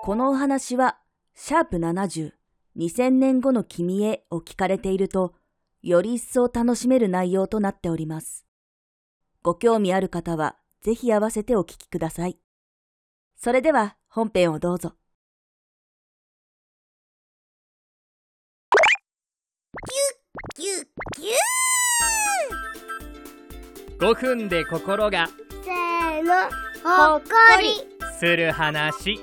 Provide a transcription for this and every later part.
このお話は、#70、2000年後の君へを聞かれていると、より一層楽しめる内容となっております。ご興味ある方は、ぜひ合わせてお聞きください。それでは本編をどうぞ。 キュッキュッキュ 5分で心がーせーの、ほっこりする話。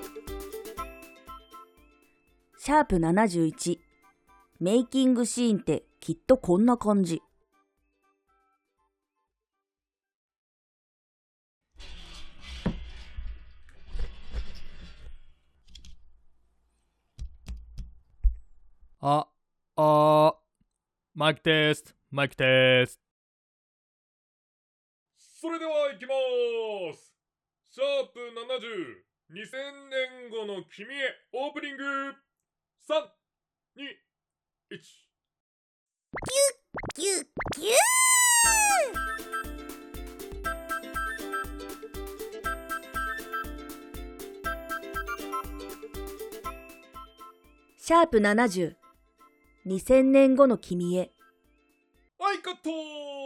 #71、メイキングシーンってきっとこんな感じ。 マイクテスト、マイクテスト。 それでは行きまーす。#70、2000年後の君へオープニング。3、2、1。 キュッキュッ #70、2000年後の君へ。 はい、カット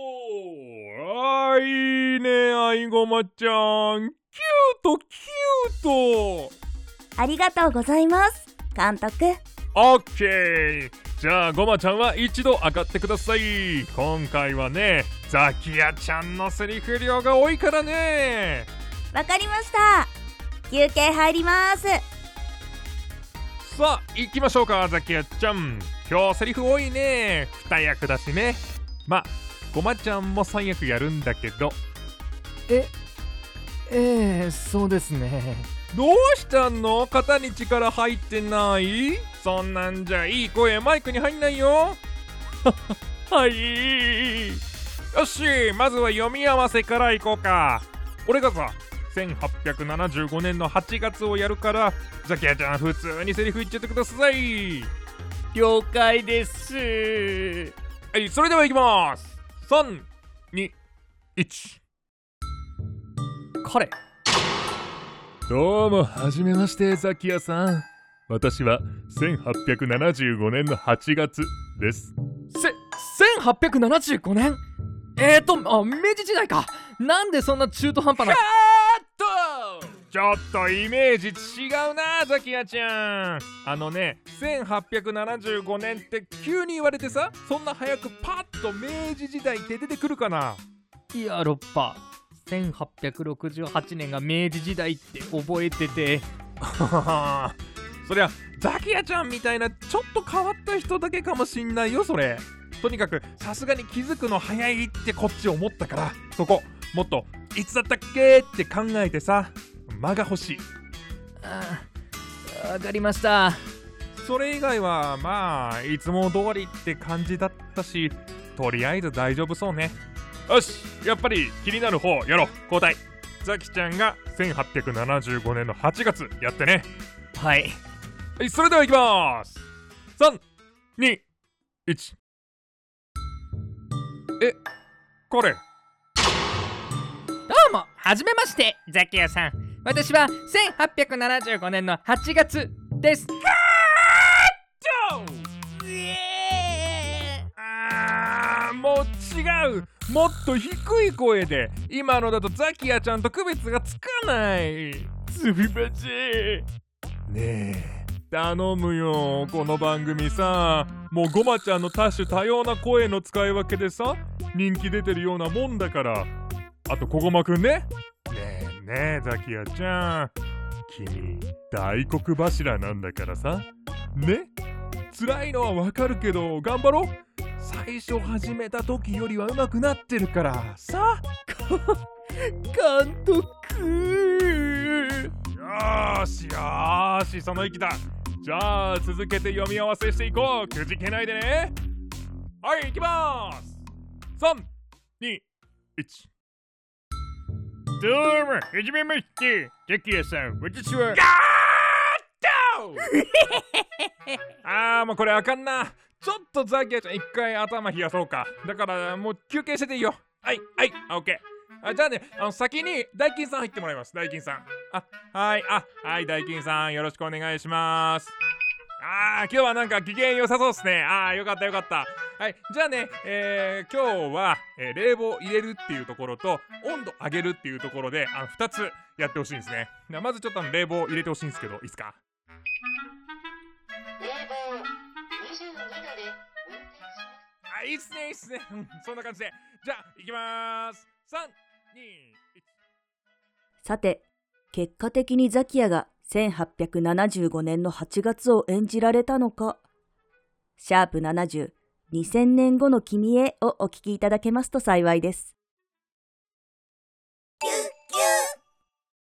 いいね、あいごまちゃん。キュート、キュート。 ありがとうございます、監督。 オッケー。じゃあごまちゃんは一度上がってください。今回はね、ザキヤちゃんのセリフ量が多いからね。 わかりました。休憩入ります。 さあ行きましょうか、ザキヤちゃん。今日セリフ多いね。2役だしね。まあごまちゃんも3役やるんだけど。 そうですね。 どうしたの？肩に力入ってない？そんなんじゃいい声マイクに入んないよ。はい。よし、まずは読み合わせからいこうか。俺がさ、1875年の8月をやるから、ザキヤちゃん普通にセリフ言っちゃってください。 了解です。 はい、それではいきます。3、2、1。 彼。 どうもはじめまして、ザキヤさん。私は1875年の8月です。 1875年？明治時代か。なんでそんな中途半端な。 ちょっとイメージ違うな、ザキヤちゃん。1875年って急に言われてさ、そんな早くパッと明治時代って出てくるかな。 いや、ロッパ。1868年が明治時代って覚えてて。 そりゃザキヤちゃんみたいなちょっと変わった人だけかもしんないよ、それ。とにかくさすがに気づくの早いってこっち思ったから、そこもっといつだったっけって考えてさ、間が欲しい。 わかりました。 それ以外はまあいつも通りって感じだったし、とりあえず大丈夫そうね。よし、やっぱり気になる方やろう。交代。ザキちゃんが1875年の8月やってね。 はい。 はい、それではいきまーす。3、2、1。彼。 どうも、はじめまして、ザキヤさん。私は1875年の8月です。 もう違う。もっと低い声で。今のだとザキヤちゃんと区別がつかない。すみません。ねえ、頼むよ。この番組さ、もうごまちゃんの多種多様な声の使い分けでさ、人気出てるようなもんだから。あとこごまくんね。ねえザキヤちゃん、君大黒柱なんだからさね。辛いのはわかるけど頑張ろう。最初始めた時よりは上手くなってるからさ。 監督。 よーし、その意気だ。じゃあ続けて読み合わせしていこう。くじけないでね。はい、行きまーす。3、2、1。 どうも、はじめまして、ザキヤさん。私はもうこれあかんな。ちょっとザキヤちゃん一回頭冷やそうか。だからもう休憩してていいよ。はい、オッケー。じゃあね、先に大金さん入ってもらいます。大金さん。 はい、大金さんよろしくお願いします。今日はなんか機嫌良さそうですね。よかった。はい、じゃあね、今日は、冷房入れるっていうところと温度上げるっていうところで2つやってほしいんですね。まずちょっと冷房入れてほしいんですけど、いいですか？ 冷房22度で運転します。 いいっすね、そんな感じで。じゃあ行きまーす。3、2、1。 さて、結果的にザキヤが1875年の8月を演じられたのか、シャープ70、2000年後の君へをお聞きいただけますと幸いです。 キュッ